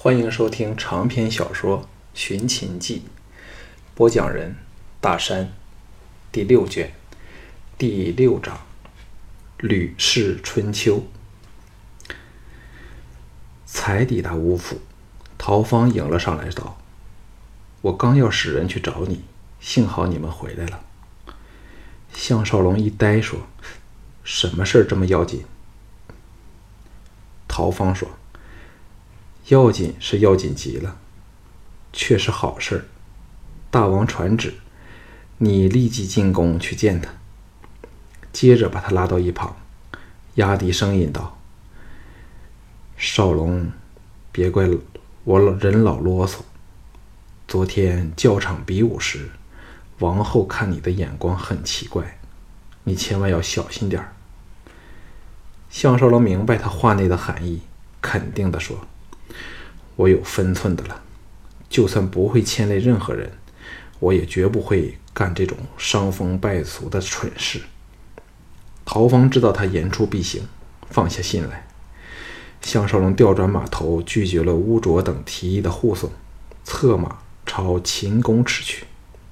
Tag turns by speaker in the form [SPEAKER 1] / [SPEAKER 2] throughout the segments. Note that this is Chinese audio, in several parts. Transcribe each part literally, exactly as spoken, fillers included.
[SPEAKER 1] 欢迎收听长篇小说《寻秦记》，播讲人大山，第六卷，第六章，吕氏春秋。才抵达吴府，陶芳迎了上来道：“我刚要使人去找你，幸好你们回来了。”项少龙一呆说：“什么事儿这么要紧？”陶芳说：“要紧是要紧极了，却是好事。大王传旨，你立即进宫去见他。”接着把他拉到一旁，压低声音道：“少龙，别怪我人老啰嗦。昨天教场比武时，王后看你的眼光很奇怪，你千万要小心点儿。”项少龙明白他话内的含义，肯定地说：“我有分寸的了，就算不会牵累任何人，我也绝不会干这种伤风败俗的蠢事。”陶芳知道他言出必行，放下心来。项少龙调转马头，拒绝了乌卓等提议的护送，策马朝秦宫驰去。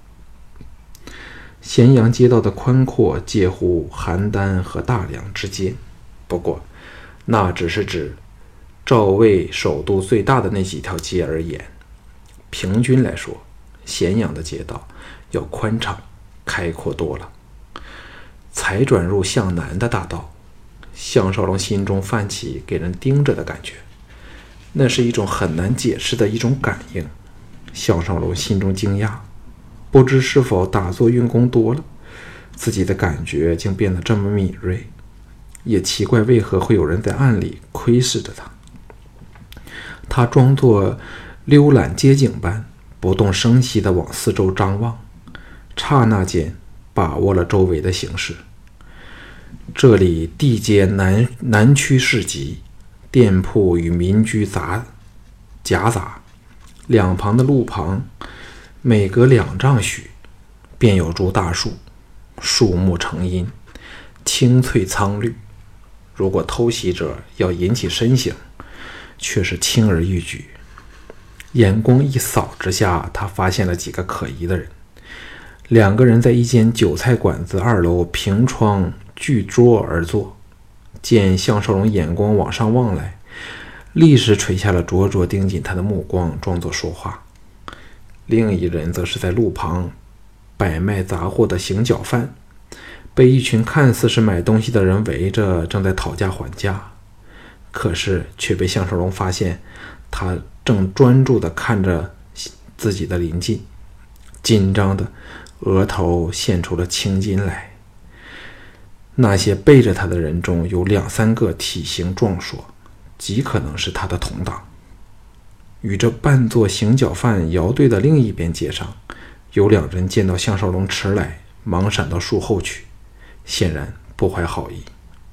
[SPEAKER 1] 咸阳街道的宽阔介乎邯郸和大梁之间，不过那只是指赵魏首都最大的那几条街而言，平均来说，咸阳的街道要宽敞开阔多了。才转入向南的大道，项少龙心中泛起给人盯着的感觉，那是一种很难解释的一种感应。项少龙心中惊讶，不知是否打坐运功多了，自己的感觉竟变得这么敏锐，也奇怪为何会有人在暗里窥视着他。他装作溜览街景般，不动声息地往四周张望，刹那间把握了周围的形势。这里地街南南区市集，店铺与民居杂夹杂，两旁的路旁每隔两丈许便有株大树，树木成荫，青翠苍绿。如果偷袭者要引起身形，却是轻而易举。眼光一扫之下，他发现了几个可疑的人。两个人在一间韭菜馆子二楼平窗巨桌而坐，见项少龙眼光往上望来，立时垂下了灼灼盯紧他的目光，装作说话。另一人则是在路旁摆卖杂货的行脚贩，被一群看似是买东西的人围着，正在讨价还价，可是却被项少龙发现他正专注地看着自己的邻近，紧张的额头现出了青筋来。那些背着他的人中有两三个体型壮硕，极可能是他的同党。与这扮作行脚贩摇对的另一边街上，有两人见到项少龙迟来，忙闪到树后去，显然不怀好意。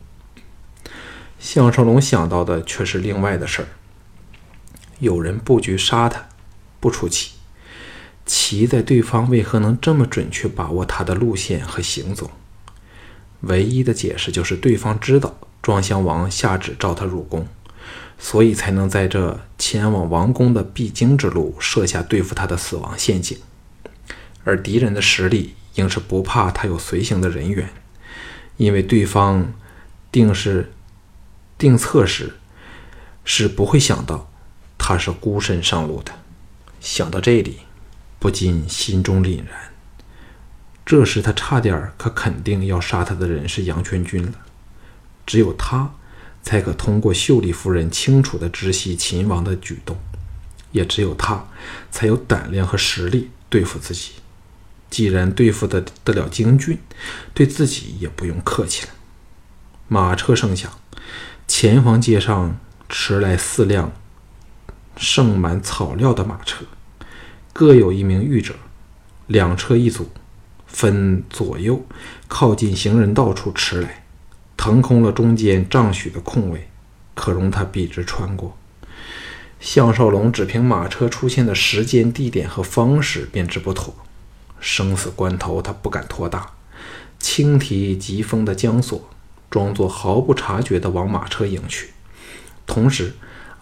[SPEAKER 1] 项少龙想到的却是另外的事儿。有人布局杀他，不出奇，奇在对方为何能这么准确把握他的路线和行踪。唯一的解释就是对方知道庄襄王下旨召他入宫，所以才能在这前往王宫的必经之路设下对付他的死亡陷阱。而敌人的实力应是不怕他有随行的人员，因为对方定是定策时是不会想到他是孤身上路的。想到这里，不禁心中凛然。这时他差点可肯定要杀他的人是杨全军了，只有他才可通过秀丽夫人清楚地知悉秦王的举动，也只有他才有胆量和实力对付自己。既然对付得得了京俊，对自己也不用客气了。马车声响，前方街上驰来四辆盛满草料的马车，各有一名御者，两车一组，分左右靠近行人道处驰来，腾空了中间丈许的空位，可容他笔直穿过。项少龙只凭马车出现的时间、地点和方式便知不妥，生死关头他不敢托大，轻提疾风的缰索，装作毫不察觉地往马车迎去，同时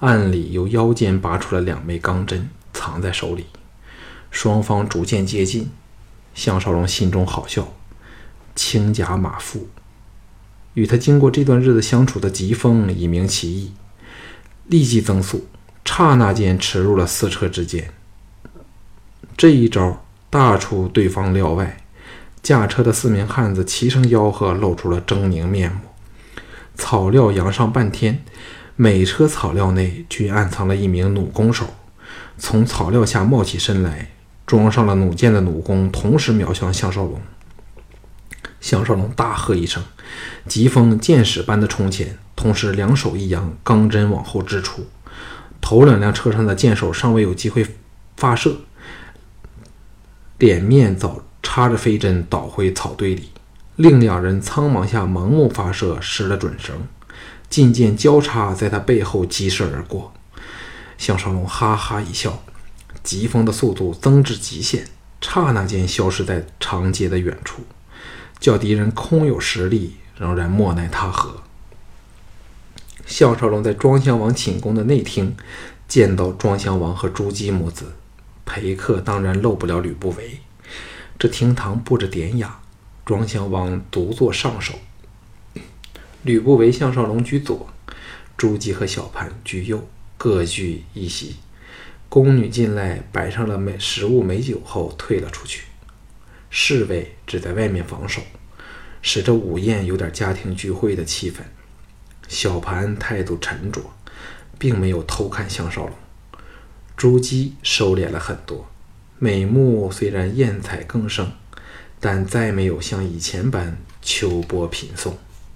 [SPEAKER 1] 暗里由腰间拔出了两枚钢针，藏在手里。双方逐渐接近，项少龙心中好笑，轻甲马腹。与他经过这段日子相处的疾风已明其意，立即增速，刹那间驰入了四车之间。这一招大出对方料外，驾车的四名汉子齐声吆喝，露出了狰狞面目。草料扬上半天，每车草料内均暗藏了一名弩弓手。从草料下冒起身来，装上了弩箭的弩弓同时瞄向项少龙。项少龙大喝一声，疾风箭矢般的冲前，同时两手一扬，钢针往后支出。头两辆车上的箭手尚未有机会发射，脸面早插着飞针倒回草堆里。另两人苍忙下盲目发射，失了准绳，劲箭交叉在他背后疾射而过。项少龙哈哈一笑，疾风的速度增至极限，刹那间消失在长街的远处。叫敌人空有实力，仍然莫奈他何。项少龙在庄襄王寝宫的内厅见到庄襄王和朱姬母子，陪客当然漏不了吕不韦。这厅堂布置典雅，庄襄王独坐上首，吕不韦、项少龙居左，朱姬和小盘居右，各居一席。宫女进来摆上了美食物美酒后退了出去，侍卫只在外面防守，使这午宴有点家庭聚会的气氛。小盘态度沉着，并没有偷看项少龙。朱姬收敛了很多，美目虽然艳彩更盛，但再没有像以前般秋波频送。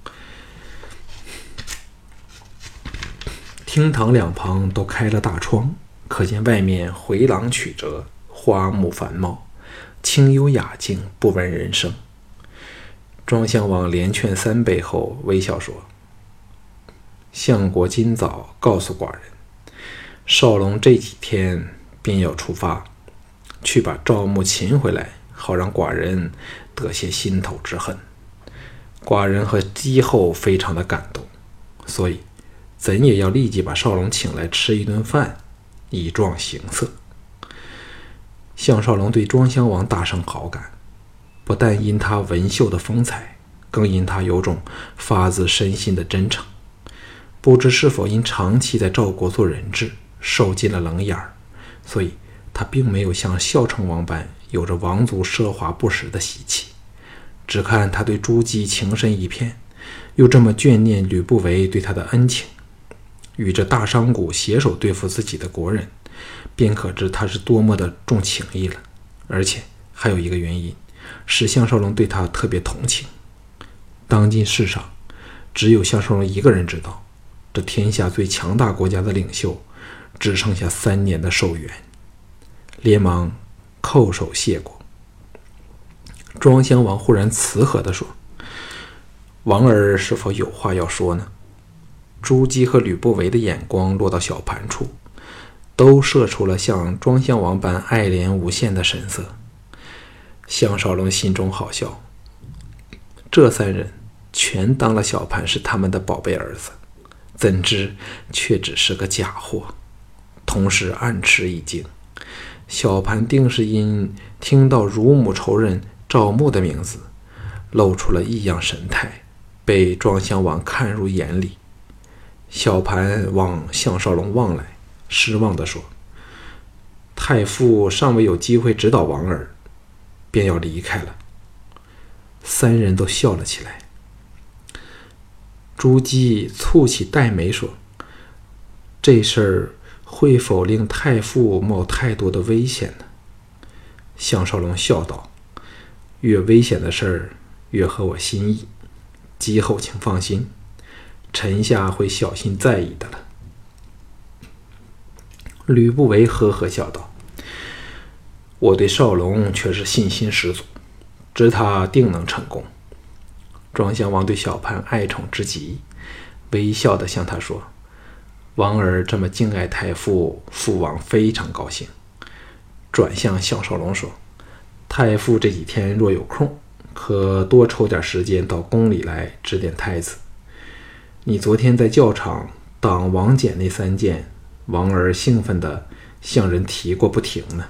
[SPEAKER 1] 厅堂两旁都开了大窗，可见外面回廊曲折，花木繁茂，清幽雅静，不闻人声。庄襄王连劝三杯后，微笑说：“相国今早告诉寡人，少龙这几天便要出发，去把赵牧擒回来，好让寡人得些心头之恨。寡人和姬后非常的感动，所以怎也要立即把少龙请来吃一顿饭，以壮形色。”项少龙对庄襄王大生好感，不但因他文秀的风采，更因他有种发自身心的真诚。不知是否因长期在赵国做人质，受尽了冷眼儿，所以他并没有像孝成王般有着王族奢华不实的习气。只看他对朱姬情深一片，又这么眷念吕不韦对他的恩情，与这大商贾携手对付自己的国人，便可知他是多么的重情义了。而且还有一个原因，使项少龙对他特别同情。当今世上只有项少龙一个人知道，这天下最强大国家的领袖只剩下三年的寿元，连忙叩首谢过。庄襄王忽然慈和地说：“王儿是否有话要说呢？”朱姬和吕不韦的眼光落到小盘处，都射出了像庄襄王般爱怜无限的神色。项少龙心中好笑，这三人全当了小盘是他们的宝贝儿子，怎知却只是个假货。同时暗吃一惊，小盘定是因听到乳母仇人赵牧的名字，露出了异样神态，被庄襄王看入眼里。小盘往项少龙望来，失望地说：“太傅尚未有机会指导王儿，便要离开了。”三人都笑了起来。朱姬蹙起黛眉说：“这事儿会否令太傅冒太多的危险呢？”项少龙笑道：“越危险的事儿越合我心意，姬后请放心，臣下会小心在意的了。”吕不韦呵呵笑道：“我对少龙却是信心十足，知他定能成功。”庄襄王对小盘爱宠之极，微笑地向他说：“王儿这么敬爱太傅，父王非常高兴。”转向项少龙说：“太傅这几天若有空，可多抽点时间到宫里来指点太子。你昨天在教场挡王翦那三箭， 王儿兴奋地向人提过不停呢。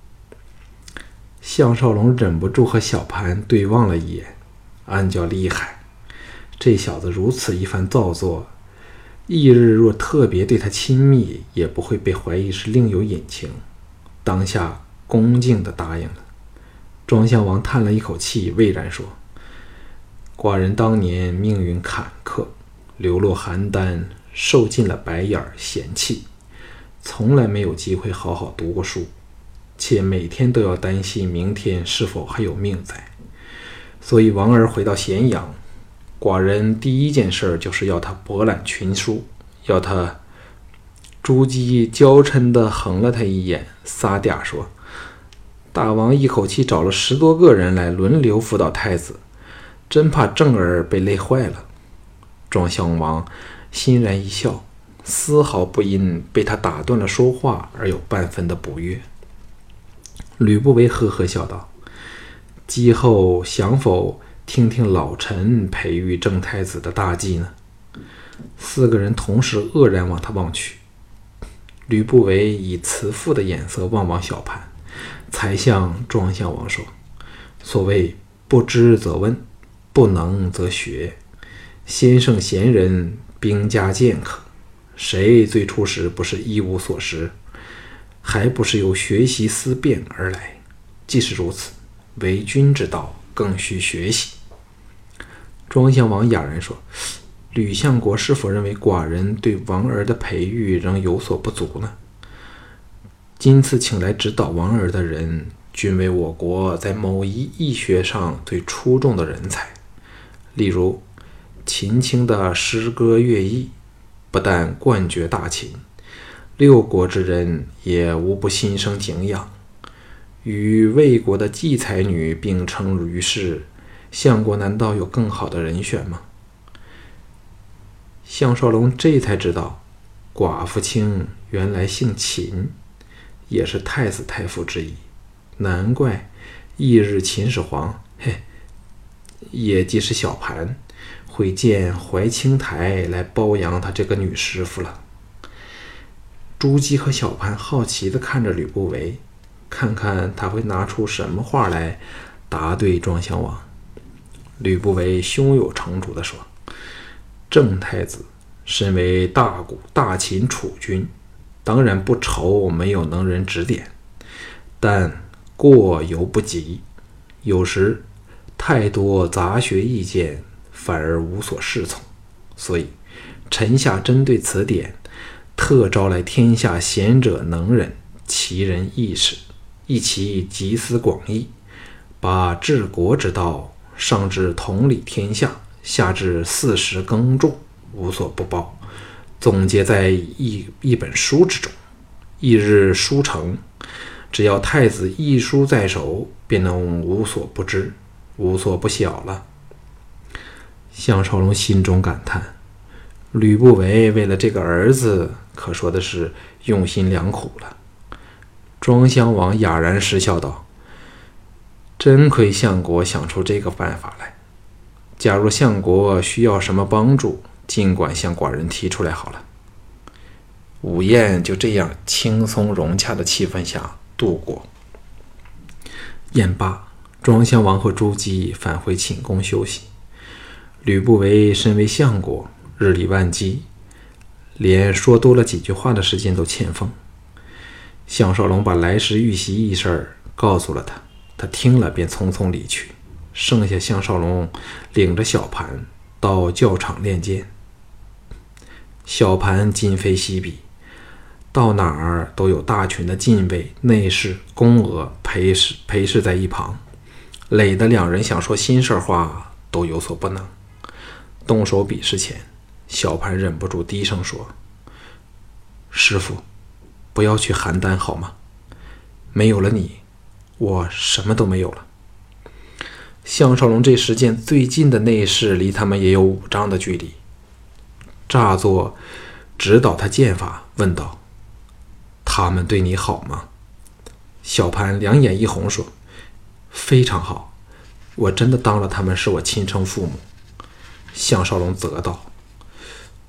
[SPEAKER 1] 项少龙忍不住和小盘对望了一眼，暗叫厉害，这小子如此一番造作，翌日若特别对他亲密，也不会被怀疑是另有隐情。当下恭敬地答应了。庄襄王叹了一口气，巍然说：寡人当年命运坎坷，流落邯郸，受尽了白眼嫌弃，从来没有机会好好读过书，且每天都要担心明天是否还有命在。所以王儿回到咸阳，寡人第一件事就是要他博览群书，要他……朱姬娇嗔地横了他一眼，撒嗲说：大王一口气找了十多个人来轮流辅导太子，真怕正儿被累坏了。庄襄王欣然一笑，丝毫不因被他打断了说话而有半分的不悦。吕不韦呵呵笑道：姬后想否听听老臣培育正太子的大计呢？四个人同时愕然往他望去。吕不韦以慈父的眼色望望小盘，才向庄襄王说：所谓不知则问，不能则学，先圣贤人，兵家剑客，谁最初时不是一无所识，还不是由学习思辨而来？既是如此，为君之道更需学习。庄襄王哑然说：吕相国是否认为寡人对王儿的培育仍有所不足呢？今次请来指导王儿的人，均为我国在某一易学上最出众的人才，例如秦卿的诗歌乐毅，不但冠绝大秦，六国之人也无不心生敬仰。与魏国的季才女并称于世，相国难道有更好的人选吗？项少龙这才知道，寡妇卿原来姓秦，也是太子太傅之一。难怪翌日秦始皇，嘿，也即是小盘，会建怀清台来包养他这个女师傅了。朱姬和小盘好奇地看着吕不韦，看看他会拿出什么话来答对庄襄王。吕不韦胸有成竹地说：郑太子身为大古大秦储君，当然不愁没有能人指点，但过犹不及，有时太多杂学意见反而无所适从，所以臣下针对此点，特招来天下贤者能人，奇人异士，一起集思广益，把治国之道上至统理天下，下至四时耕种，无所不包，总结在一一本书之中。翌日书成，只要太子一书在手，便能无所不知，无所不晓了。项少龙心中感叹，吕不韦为了这个儿子，可说的是用心良苦了。庄襄王哑然失笑道：真亏相国想出这个办法来，假如相国需要什么帮助，尽管向寡人提出来好了。午宴就这样轻松融洽的气氛下度过。宴罢，庄襄王和朱姬返回寝宫休息。吕不韦身为相国，日理万机，连说多了几句话的时间都欠奉。项少龙把来时遇袭一事告诉了他，他听了便匆匆离去，剩下项少龙领着小盘到教场练剑。小盘今非昔比，到哪儿都有大群的禁卫、内侍、宫娥陪侍陪侍在一旁，累得两人想说心事话都有所不能。动手比试前，小盘忍不住低声说：师父，不要去邯郸好吗？没有了你，我什么都没有了。项少龙这时见最近的内侍离他们也有五丈的距离，乍作指导他剑法，问道：他们对你好吗？小盘两眼一红说：非常好，我真的当了他们是我亲生父母。项少龙责道：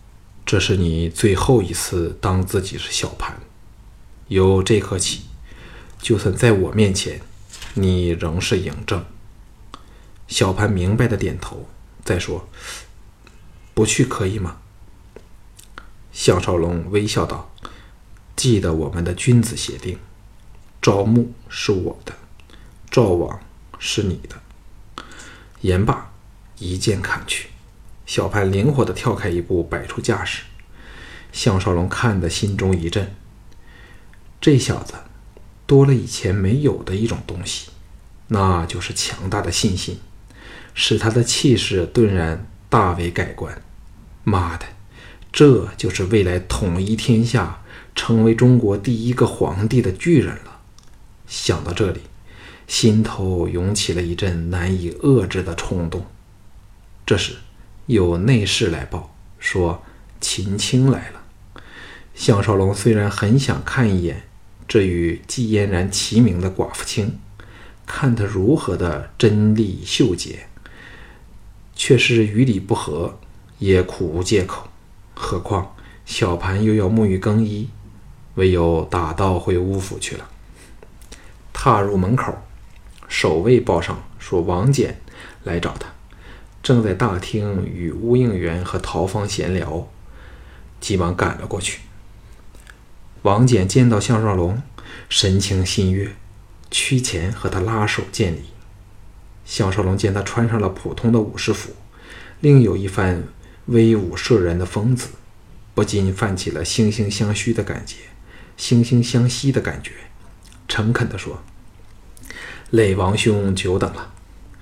[SPEAKER 1] 这是你最后一次当自己是小盘，由这刻起，就算在我面前，你仍是嬴政。”小盘明白的点头，再说：“不去可以吗？”项少龙微笑道：“记得我们的君子协定，赵牧是我的，赵王是你的。”言罢，一剑砍去。小盘灵活地跳开一步，摆出架势。项少龙看得心中一震，这小子多了以前没有的一种东西，那就是强大的信心，使他的气势顿然大为改观。妈的，这就是未来统一天下，成为中国第一个皇帝的巨人了。想到这里，心头涌起了一阵难以遏制的冲动。这时有内侍来报说秦青来了。项少龙虽然很想看一眼这与季嫣然齐名的寡妇青，看他如何的贞丽秀洁，却是于理不合，也苦无借口。何况小盘又要沐浴更衣，唯有打道回乌府去了。踏入门口，守卫报上说王翦来找他，正在大厅与乌应元和陶芳闲聊，急忙赶了过去。王翦见到项少龙，神情欣悦，趋前和他拉手见礼。项少龙见他穿上了普通的武士服，另有一番威武慑人的风姿，不禁泛起了惺惺相惜的感觉，惺惺相惜的感觉，诚恳地说：“累王兄久等了。”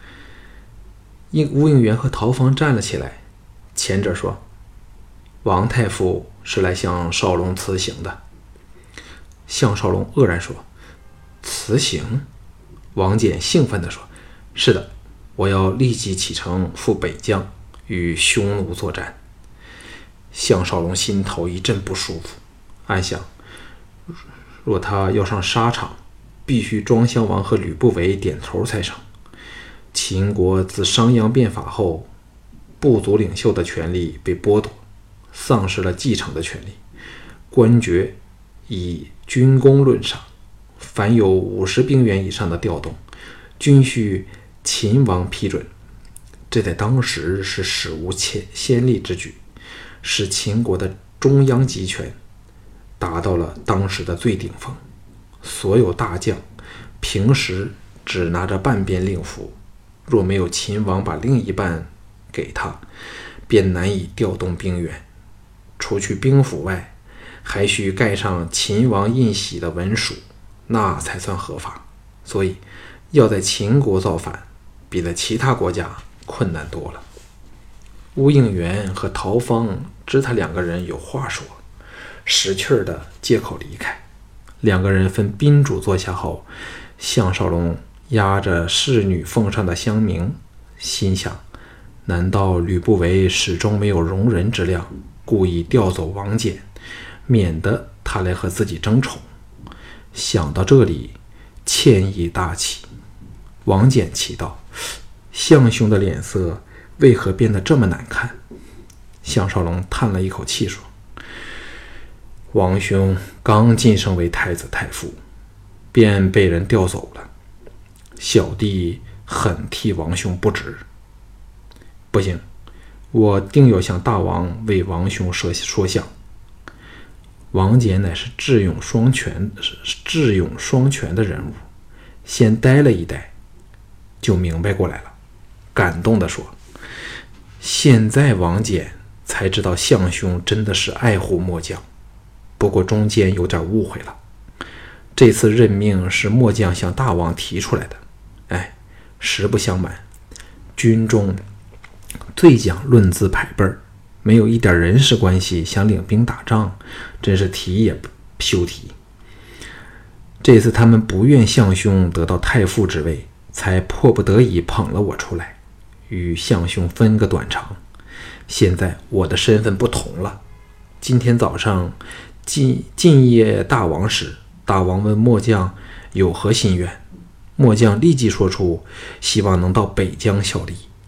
[SPEAKER 1] 乌应元和陶芳站了起来，前者说：“王太傅是来向少龙辞行的。”项少龙愕然说：“辞行？”王翦兴奋地说：“是的，我要立即启程赴北疆，与匈奴作战。”项少龙心头一阵不舒服，暗想：若他要上沙场，必须庄襄王和吕不韦点头才成。秦国自商鞅变法后，部族领袖的权力被剥夺，丧失了继承的权利。官爵以军功论赏，凡有五十兵员以上的调动，均需秦王批准。这在当时是史无先例之举，使秦国的中央集权达到了当时的最顶峰。所有大将平时只拿着半边令符，若没有秦王把另一半给他，便难以调动兵员。除去兵符外，还需盖上秦王印玺的文书，那才算合法。所以要在秦国造反，比在其他国家困难多了。乌应元和陶芳知他两个人有话说，识趣儿的借口离开。两个人分宾主坐下后，项少龙压着侍女奉上的香茗，心想：难道吕不韦始终没有容人之量，故意调走王翦，免得他来和自己争宠？想到这里，歉意大起。王翦奇道：项兄的脸色为何变得这么难看？项少龙叹了一口气说：王兄刚晋升为太子太傅，便被人调走了，小弟很替王兄不值。不行，我定要向大王为王兄说说相。王翦乃是智勇双全、智勇双全的人物，先呆了一呆，就明白过来了，感动地说：现在王翦才知道项兄真的是爱护末将，不过中间有点误会了。这次任命是末将向大王提出来的。哎，实不相瞒，军中最讲论资排辈，没有一点人事关系，想领兵打仗，真是提也休提。这次他们不愿项兄得到太傅之位，才迫不得已捧了我出来，与项兄分个短长。现在我的身份不同了。今天早上进进谒大王时，大王问末将有何心愿，末将立即说出希望能到北疆效力。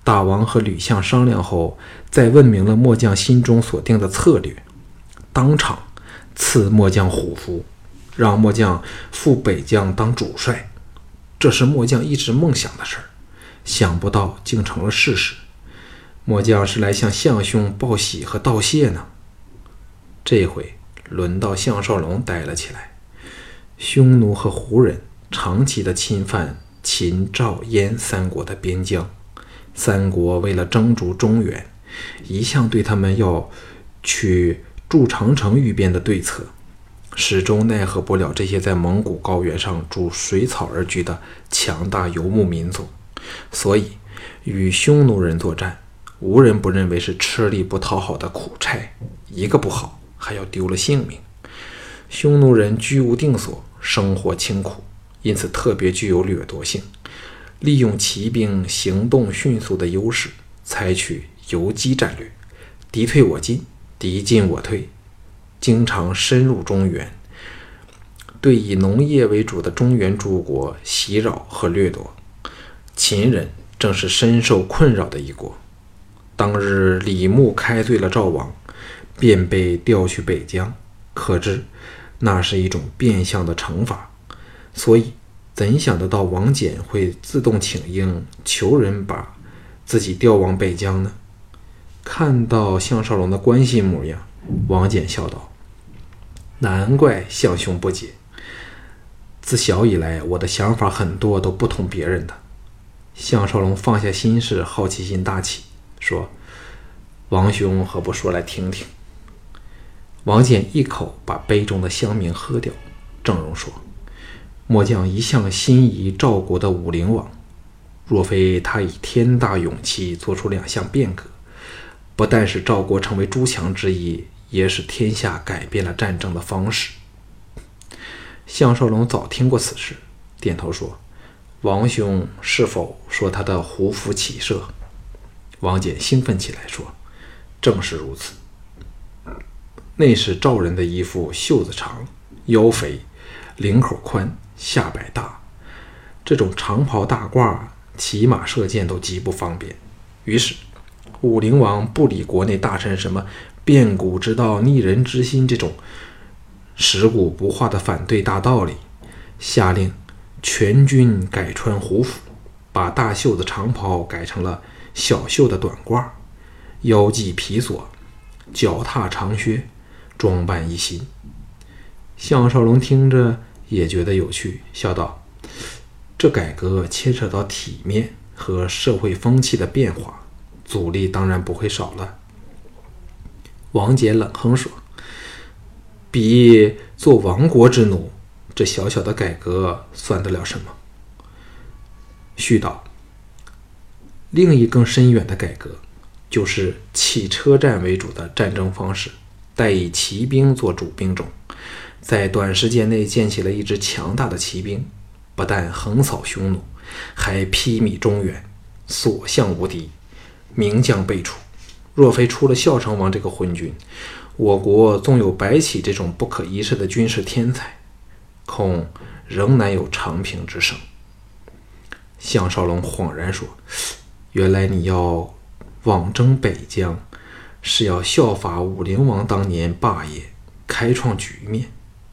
[SPEAKER 1] 大王和吕相商量后，再问明了末将心中所定的策略，当场赐末将虎符，让末将赴北疆当主帅。这是末将一直梦想的事儿，想不到竟成了事实。末将是来向项兄报喜和道谢呢。这回轮到项少龙呆了起来。匈奴和胡人长期的侵犯秦、赵、燕三国的边疆，三国为了争逐中原，一向对他们要去筑长城御边的对策，始终奈何不了这些在蒙古高原上逐水草而居的强大游牧民族。所以与匈奴人作战，无人不认为是吃力不讨好的苦差，一个不好还要丢了性命。匈奴人居无定所，生活清苦，因此特别具有掠夺性，利用骑兵行动迅速的优势，采取游击战略，敌退我进，敌进我退，经常深入中原，对以农业为主的中原诸国袭扰和掠夺。秦人正是深受困扰的一国。当日李牧开罪了赵王，便被调去北疆，可知那是一种变相的惩罚。所以怎想得到王翦会自动请缨，求人把自己调往北疆呢？看到项少龙的关心模样，王翦笑道：难怪项兄不解，自小以来我的想法很多都不同别人的。项少龙放下心事，好奇心大起，说：王兄何不说来听听？王翦一口把杯中的香茗喝掉，郑容说：末将一向心仪赵国的武陵王，若非他以天大勇气做出两项变革，不但使赵国成为诸强之一，也使天下改变了战争的方式。项少龙早听过此事，点头说：王兄是否说他的胡服骑射？王翦兴奋起来说：正是如此。那是赵人的衣服，袖子长，腰肥，领口宽，下摆大，这种长袍大褂，骑马射箭都极不方便。于是武陵王不理国内大臣什么变古之道，逆人之心这种食古不化的反对大道理，下令全军改穿胡服，把大袖子长袍改成了小袖的短褂，腰系皮索，脚踏长靴，装扮一新。项少龙听着也觉得有趣，笑道：这改革牵扯到体面和社会风气的变化，阻力当然不会少了。王翦冷哼说：比做亡国之奴，这小小的改革算得了什么？续道：另一更深远的改革，就是汽车战为主的战争方式，代以骑兵做主兵种，在短时间内建起了一支强大的骑兵，不但横扫匈奴，还披靡中原，所向无敌，名将辈出。若非出了孝成王这个昏君，我国纵有白起这种不可一世的军事天才，恐仍难有长平之胜。项少龙恍然说：原来你要往征北疆，是要效法武陵王当年霸业，开创局面。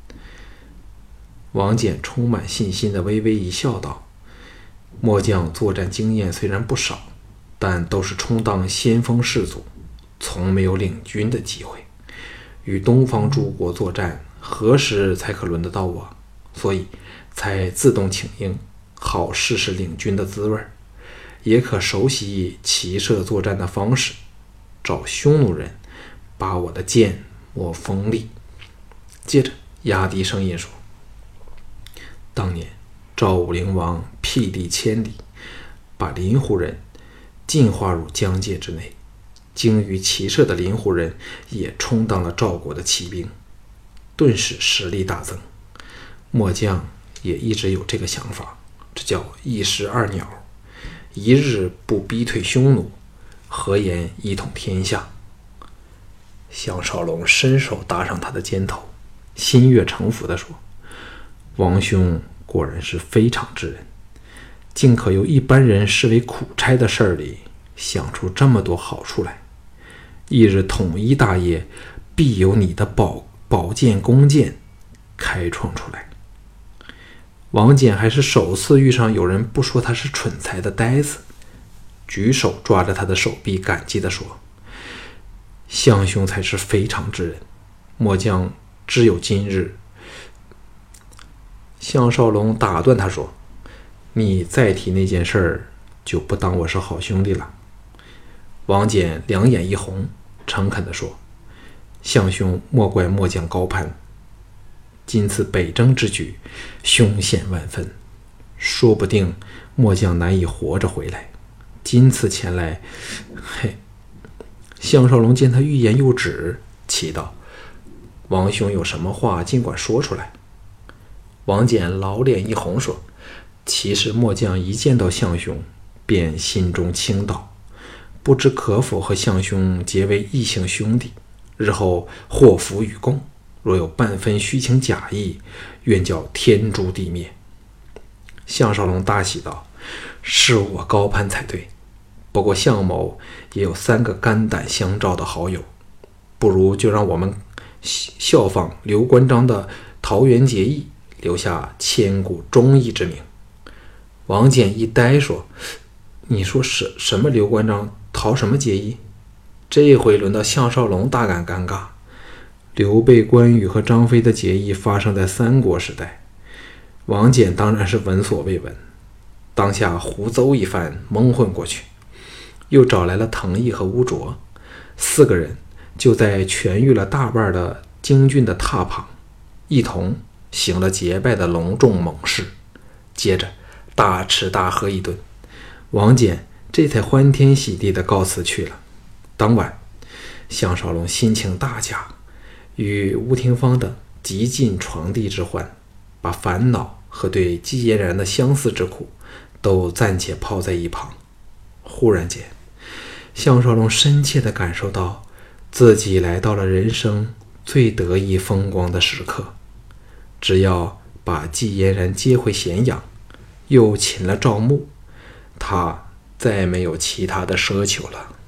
[SPEAKER 1] 王翦充满信心地微微一笑道：末将作战经验虽然不少，但都是充当先锋士卒，从没有领军的机会。与东方诸国作战，何时才可轮得到我？所以才自动请缨，好试试领军的滋味，也可熟悉骑射作战的方式，找匈奴人把我的剑磨锋利。接着压低声音说：当年赵武灵王辟地千里，把临胡人进化入疆界之内，精于骑射的临胡人也充当了赵国的骑兵，顿时实力大增。末将也一直有这个想法，这叫一石二鸟，一日不逼退匈奴，何言一统天下？项少龙伸手搭上他的肩头，心悦诚服地说：王兄果然是非常之人，竟可由一般人视为苦差的事儿里想出这么多好处来。翌日统一大业，必有你的宝宝剑弓箭开创出来。王翦还是首次遇上有人不说他是蠢材的呆子，举手抓着他的手臂，感激地说：项兄才是非常之人，末将只有今日。项少龙打断他说：你再提那件事儿，就不当我是好兄弟了。王翦两眼一红，诚恳地说：项兄莫怪末将高攀，今次北征之举凶险万分，说不定末将难以活着回来。今次前来，嘿。项少龙见他欲言又止，奇道：王兄有什么话尽管说出来。王翦老脸一红说：其实末将一见到项兄便心中倾倒，不知可否和项兄结为异姓兄弟，日后祸福与共，若有半分虚情假意，愿叫天诛地灭。项少龙大喜道：是我高攀才对，不过项某也有三个肝胆相照的好友，不如就让我们效仿刘关张的桃园结义，留下千古忠义之名。王翦一呆说：你说什什么刘关张桃什么结义？这回轮到项少龙大感尴尬。刘备、关羽和张飞的结义发生在三国时代，王翦当然是闻所未闻，当下胡诌一番，蒙混过去。又找来了滕毅和乌卓，四个人就在痊愈了大半的京郡的榻旁，一同行了结拜的隆重猛事，接着大吃大喝一顿。王翦这才欢天喜地地告辞去了。当晚，项少龙心情大佳，与吴廷芳的极尽床笫之欢，把烦恼和对季嫣然的相似之苦都暂且抛在一旁。忽然间，项少龙深切地感受到自己来到了人生最得意风光的时刻，只要把季嫣然接回咸阳，又擒了赵牧，他再没有其他的奢求了。